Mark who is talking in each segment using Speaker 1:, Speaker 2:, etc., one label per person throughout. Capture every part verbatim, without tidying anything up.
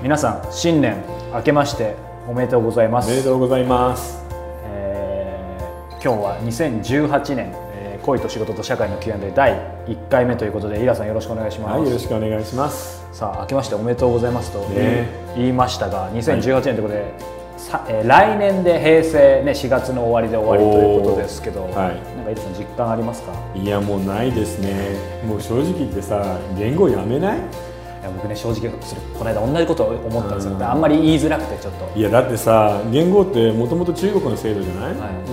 Speaker 1: 皆さん新年明けましておめでとうございます。
Speaker 2: おめでとうございます、
Speaker 1: えー、今日はにせんじゅうはちねん、えー、恋と仕事と社会の キューアンドエー だいいっかいめということで、イラさんよろしくお願いします。
Speaker 2: はい、よろしくお願いします。
Speaker 1: さあ明けましておめでとうございますと言い、
Speaker 2: ね、
Speaker 1: 言いましたが、にせんじゅうはちねんということで、はい、さえー、来年で平成、ね、しがつの終わりで終わりということですけど、はい、なんかイラさん実感ありますか？
Speaker 2: いやもうないですね。もう正直言ってさ、言語やめない？
Speaker 1: いや僕ね、正直それこの間同じことを思ったんですよ、うん、あんまり言いづらくてちょっと。
Speaker 2: いやだってさ、言語ってもともと中国の制度じゃない、はい、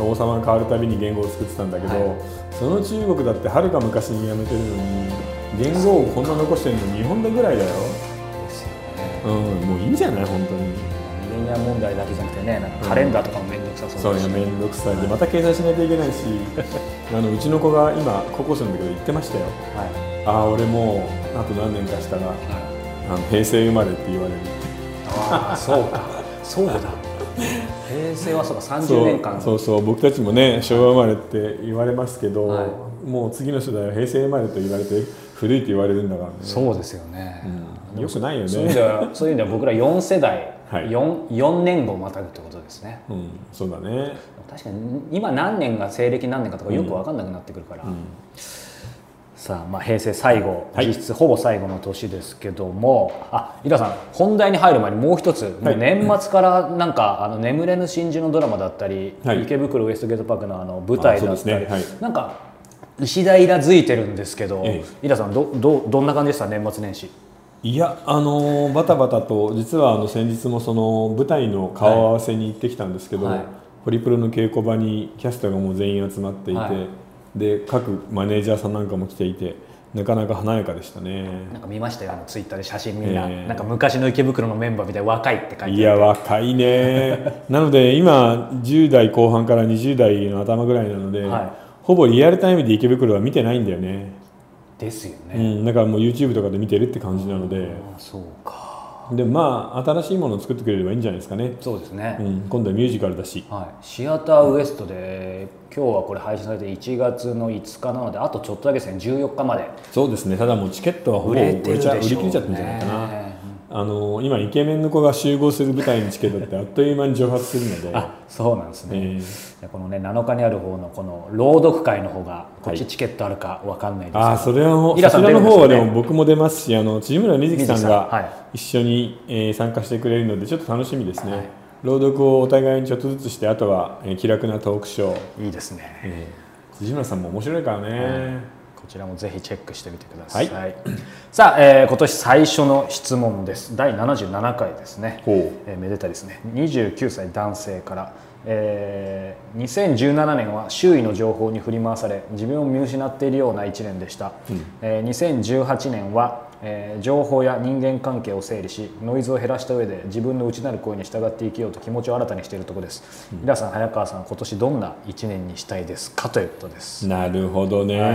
Speaker 2: 王様が変わるたびに言語を作ってたんだけど、はい、その中国だってはるか昔にやめてるのに言語をこんな残してるの日本だぐらいだよ。
Speaker 1: ですよね、
Speaker 2: うん、もういいんじゃない本当に。
Speaker 1: ミレニアム問題だけじゃなくてね、なんかカレンダーとかも面倒くさそうだし、
Speaker 2: うん、そういや面倒くさいでまた掲載しないといけないしあのうちの子が今高校生なんだけど言ってましたよ、はい、ああ俺もうあと何年かしたら、はい、あの平成生まれって言われる。
Speaker 1: ああそうかそうだ平成はそうかさんじゅうねんかん。
Speaker 2: そうそうそう、僕たちもね昭和生まれって言われますけど、はい、もう次の世代は平成生まれと言われて古いと言われるんだからね。
Speaker 1: そうですよね、
Speaker 2: うん、よくないよね。
Speaker 1: そういう意味では、そういう意味では僕らよんせだい、はい、4, よんねんごまたぐってことですね、
Speaker 2: うん、そうだね。
Speaker 1: 確かに今何年が西暦何年かとかよく分かんなくなってくるから、うんうん、さあ、まあ、平成最後、はい、実質ほぼ最後の年ですけども、あ、イラさん本題に入る前にもう一つ、はい、もう年末からなんかあの眠れぬ真珠のドラマだったり、はい、池袋ウエストゲートパークのあの舞台だったり、ね、はい、なんか石平づいてるんですけど、ええ、イラさん ど, ど, どんな感じでした年末年始？
Speaker 2: いや、あのー、バタバタと実はあの先日もその舞台の顔合わせに行ってきたんですけど、はい、ホリプロの稽古場にキャストがもう全員集まっていて、はい、で各マネージャーさんなんかも来ていて、なかなか華やかでしたね。
Speaker 1: なんか見ましたよ、あのツイッターで写真みんな、えー、なんか昔の池袋のメンバーみたいな若いって書いてある。
Speaker 2: いや若いねなので今じゅうだいこう半からにじゅうだいの頭ぐらいなので、はい、ほぼリアルタイムで池袋は見てないんだよね。
Speaker 1: ですよね、
Speaker 2: うん、だからもう YouTube とかで見てるって感じなので、
Speaker 1: あ、そうか。
Speaker 2: でまあ新しいものを作ってくれればいいんじゃないですかね。
Speaker 1: そうですね、
Speaker 2: うん、今度はミュージカルだし、
Speaker 1: はい、シアターウエストで今日はこれ配信されていちがつのいつかなので、あとちょっとだけですね、じゅうよっかまで。
Speaker 2: そうですね。ただもうチケットはほぼ売れちゃ売り切れちゃったんじゃないかな。あの今イケメンの子が集合する舞台のチケットってあっという間に蒸発するので
Speaker 1: あ、そうなんですね、えー、このねなのかにある方のこの朗読会の方がこっちチケットあるか分かんないですけど、
Speaker 2: はい、あそれはそちらの方はでも僕も出ますし、あの辻村瑞希さんが一緒に、えー、参加してくれるのでちょっと楽しみですね、はい、朗読をお互いにちょっとずつして、あとは、えー、気楽なトークショー。
Speaker 1: いいですね、
Speaker 2: えー、辻村さんも面白いからね、
Speaker 1: はい、こちらもぜひチェックしてみてください、はい、さあ、えー、今年最初の質問です。だいななじゅうななかいですね、えー、めでたいですね。にじゅうきゅうさい男性から、えー、にせんじゅうななねんは周囲の情報に振り回され自分を見失っているようないちねんでした、うん、えー、にせんじゅうはちねんは、えー、情報や人間関係を整理しノイズを減らした上で自分の内なる声に従って生きようと気持ちを新たにしているところです、うん、皆さん、早川さん、今年どんないちねんにしたいですかということです。
Speaker 2: なるほどね、はい、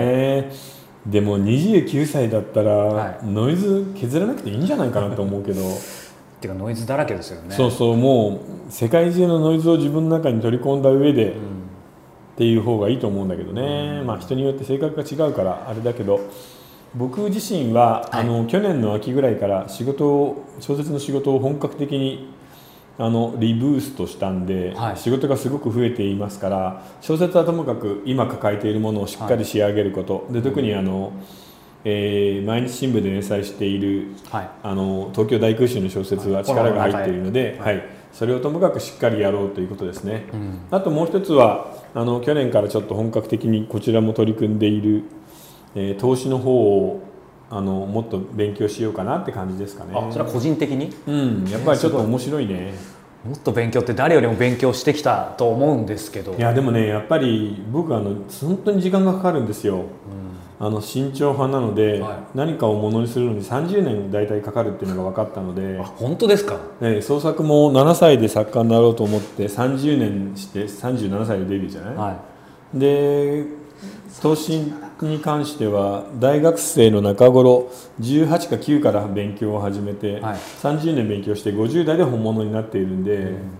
Speaker 2: でもにじゅうきゅうさいだったら、はい、ノイズ削らなくていいんじゃないかなと思うけど
Speaker 1: てかノイズだらけですよね。
Speaker 2: そうそう、もう世界中のノイズを自分の中に取り込んだ上で、うん、っていう方がいいと思うんだけどね、うん、まあ人によって性格が違うからあれだけど、僕自身は、はい、あの去年の秋ぐらいから仕事を小説の仕事を本格的にあのリブーストしたんで、はい、仕事がすごく増えていますから、小説はともかく今抱えているものをしっかり仕上げること、はい、で特にあの、えー、毎日新聞で連載している、はい、あの東京大空襲の小説は力が入っているので、はいはい、それをともかくしっかりやろうということですね、うん、あともう一つはあの去年からちょっと本格的にこちらも取り組んでいる、えー、投資の方をあのもっと勉強しようかなって感じですかね。
Speaker 1: あ、それは個人的に？
Speaker 2: うん、やっぱりちょっと面白いね。
Speaker 1: もっと勉強って誰よりも勉強してきたと思うんですけど。
Speaker 2: いやでもね、やっぱり僕はあの本当に時間がかかるんですよ、うん、あの慎重派なので、はい、何かをものにするのにさんじゅうねん大体かかるっていうのが分かったので。
Speaker 1: あ、本当ですか？
Speaker 2: ね、創作もななさいで作家になろうと思ってさんじゅうねんしてさんじゅうななさいでデビューじゃない、はい、で投資に関しては大学生の中頃じゅうはちかきゅうから勉強を始めて、はい、さんじゅうねん勉強してごじゅうだいで本物になっているんで、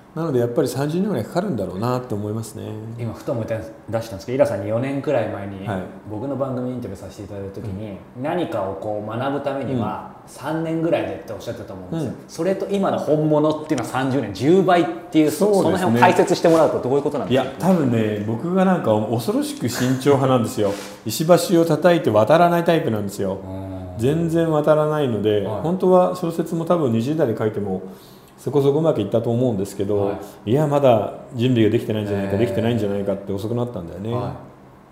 Speaker 2: なのでやっぱりさんじゅうねんぐらいかかるんだろうなと思いますね。
Speaker 1: 今ふと思い出したんですけど、イラさんによねんくらい前に
Speaker 2: はい
Speaker 1: 僕の番組インタビューさせていただいた時に、何かをこう学ぶためにはさんねんぐらいでっておっしゃってたと思うんですよ、うん、それと今の本物っていうのはさんじゅうねんじゅうばいっていう、 そ, う、ね、その辺を解説してもらうとどういうことなんですか。
Speaker 2: いや多分ね、僕がなんか恐ろしく慎重派なんですよ。石橋を叩いて渡らないタイプなんですよ。全然渡らないので、はい、本当は小説も多分にじゅう代で書いてもそこそこうまくいったと思うんですけど、はい、いやまだ準備ができてないんじゃないか、できてないんじゃないかって遅くなったんだよね、はい、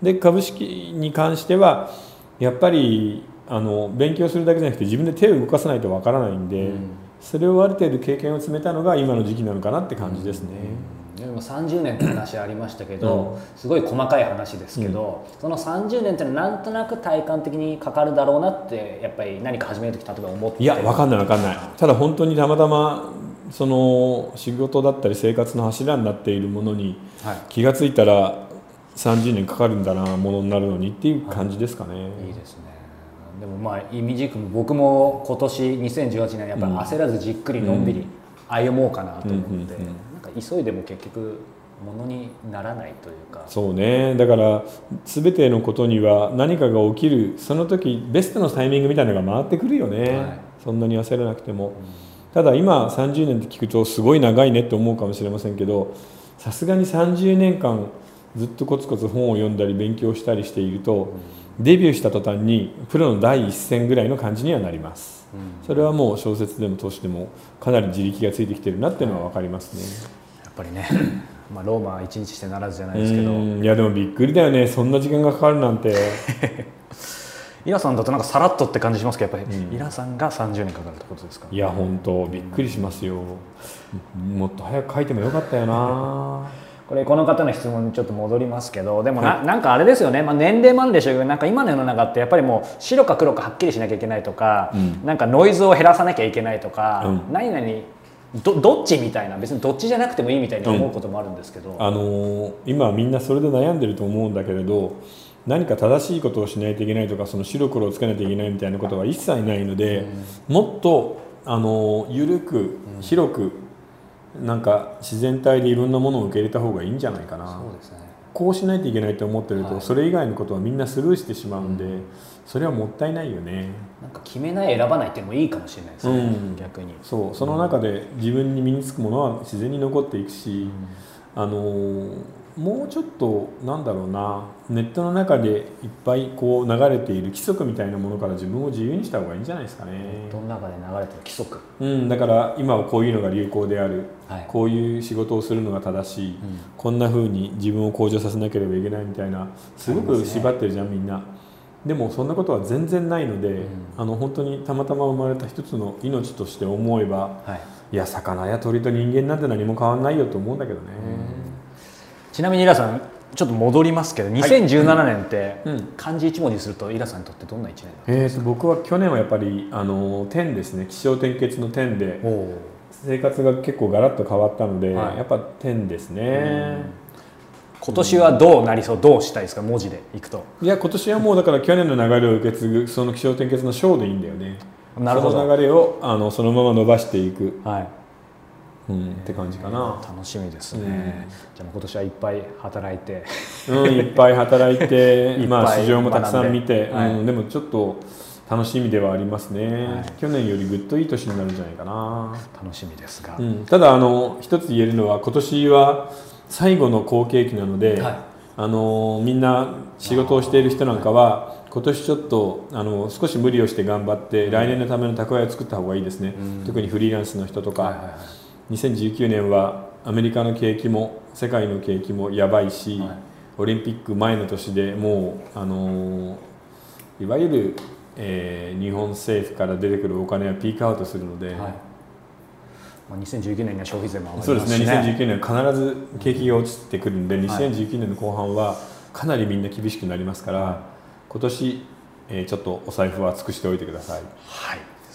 Speaker 2: で株式に関してはやっぱりあの勉強するだけじゃなくて自分で手を動かさないとわからないんで、うん、それをある程度経験を積めたのが今の時期なのかなって感じですね、
Speaker 1: うん、でもさんじゅうねんって話ありましたけど、うん、すごい細かい話ですけど、うん、そのさんじゅうねんってのはなんとなく体感的にかかるだろうなってやっぱり何か始めるとき例えば思って。
Speaker 2: いや分かんない分かんない。ただ本当にたまたまその仕事だったり生活の柱になっているものに気がついたらさんじゅうねんかかるんだなものになるのにっていう感じですかね、はい、い
Speaker 1: いですね。でもまあ意味軸も僕も今年にせんじゅうはちねんやっぱり焦らずじっくりのんびり歩もうかなと思って、なんか急いでも結局ものにならないというか。
Speaker 2: そうね、だから全てのことには何かが起きるその時ベストのタイミングみたいなのが回ってくるよね、はい、そんなに焦らなくても、うん、ただ今さんじゅうねんって聞くとすごい長いねって思うかもしれませんけど、さすがにさんじゅうねんかんずっとコツコツ本を読んだり勉強したりしていると、デビューした途端にプロの第一線ぐらいの感じにはなります、うん、それはもう小説でも投資でもかなり自力がついてきてるなっていうのは分かりますね。
Speaker 1: やっぱりねまあローマは一日してならずじゃないですけど、
Speaker 2: いやでもびっくりだよね、そんな時間がかかるなんて
Speaker 1: イラさんだとなんかさらっとって感じしますけど、やっぱり、うん、イラさんがさんじゅうねんかかるってことですか。
Speaker 2: いや本当びっくりしますよ、もっと早く書いてもよかったよな
Speaker 1: これこの方の質問にちょっと戻りますけど、でも な,、はい、なんかあれですよね、まあ、年齢もあるんでしょうけど、なんか今の世の中ってやっぱりもう白か黒かはっきりしなきゃいけないとか、うん、なんかノイズを減らさなきゃいけないとか、うん、何々 ど, どっちみたいな、別にどっちじゃなくてもいいみたいに思うこともあるんですけど、
Speaker 2: うん、あのー、今みんなそれで悩んでると思うんだけれど、何か正しいことをしないといけないとか、その白黒をつけないといけないみたいなことは一切ないので、うん、もっとあの緩く広く、うん、なんか自然体でいろんなものを受け入れた方がいいんじゃないかな。そうですね、こうしないといけないと思ってると、はい、それ以外のことはみんなスルーしてしまうんで、うん、それはもったいないよね。
Speaker 1: なんか決めない選ばないっていうのもいいかもしれないですね、うん、逆に。
Speaker 2: そう、その中で自分に身につくものは自然に残っていくし、うん、あのーもうちょっとなんだろうな、ネットの中でいっぱいこう流れている規則みたいなものから自分を自由にした方がいいんじゃないですかね。
Speaker 1: ネットの中で流れてる規則、
Speaker 2: うん、だから今はこういうのが流行である、はい、こういう仕事をするのが正しい、うん、こんな風に自分を向上させなければいけないみたいな、すごく縛ってるじゃん、みんな。でもそんなことは全然ないので、うん、あの本当にたまたま生まれた一つの命として思えば、はい、いや魚や鳥と人間なんて何も変わらないよと思うんだけどね、うん。
Speaker 1: ちなみにイラさんちょっと戻りますけど、にせんじゅうななねんって漢字一文字するとイラさんにとってどんないちねんだったんですか。
Speaker 2: えー、僕は去年はやっぱりあの天ですね、起承転結の天で生活が結構ガラッと変わったので、はい、やっぱ天ですね。
Speaker 1: 今年はどうなりそう、どうしたいですか、文字でいくと。
Speaker 2: いや今年はもうだから去年の流れを受け継ぐその起承転結の章でいいんだよね。なるほど、その流れをあのそのまま伸ばしていく、はい、うん、って感じかな。
Speaker 1: 楽しみですね、うん、じゃあ今年はいっぱい働いて、
Speaker 2: うん、いっぱい働いてまあ市場もたくさん見て、はい、うん、でもちょっと楽しみではありますね、はい、去年よりぐっといい年になるんじゃないかな。
Speaker 1: 楽しみですが、
Speaker 2: うん、ただあの一つ言えるのは今年は最後の好景気なので、はい、あのみんな仕事をしている人なんかは今年ちょっとあの少し無理をして頑張って来年のための蓄えを作った方がいいですね、うん、特にフリーランスの人とか、はいはいはい、にせんじゅうきゅうねんはアメリカの景気も世界の景気もやばいし、はい、オリンピック前の年でもう、あのいわゆる、えー、日本政府から出てくるお金はピークアウトするので、はい、ま
Speaker 1: あ、にせんじゅうきゅうねんには消費税も上がりますし、
Speaker 2: ね、そうですね、にせんじゅうきゅうねんは必ず景気が落ちてくるんで、うん、にせんじゅうきゅうねんの後半はかなりみんな厳しくなりますから、はい、今年、えー、ちょっとお財布は厚くしておいてください。
Speaker 1: はい。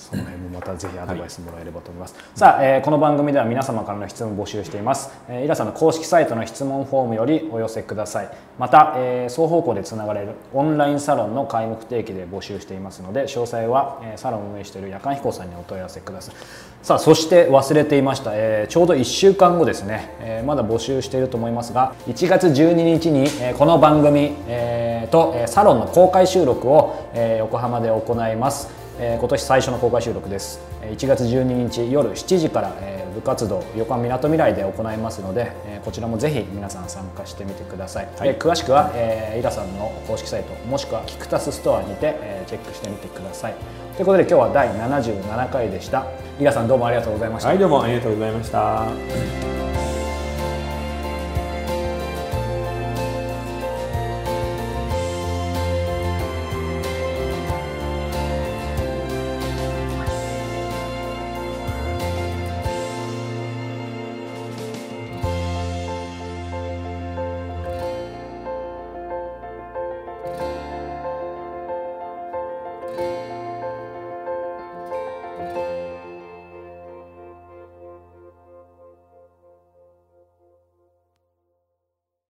Speaker 1: その辺もまたぜひアドバイスもらえればと思います、はい、さあ、えー、この番組では皆様からの質問を募集しています、えー、イラさんの公式サイトの質問フォームよりお寄せください。また、えー、双方向でつながれるオンラインサロンの開幕定期で募集していますので、詳細は、えー、サロンを運営している夜間飛行さんにお問い合わせください。さあ、そして忘れていました、えー、ちょうどいっしゅうかんごですね、えー、まだ募集していると思いますが、いちがつじゅうににちに、えー、この番組、えー、と、えー、サロンの公開収録を、えー、横浜で行います。えー、今年最初の公開収録です。いちがつじゅうににち夜しちじから、えー、部活動横浜みなとみらいで行いますので、えー、こちらもぜひ皆さん参加してみてください、はい、えー、詳しくは、えー、イラさんの公式サイトもしくはキクタスストアにて、えー、チェックしてみてください。ということで今日はだいななじゅうななかいでした。イラさんどうもありがとうございました。
Speaker 2: はい、どうもありがとうございました。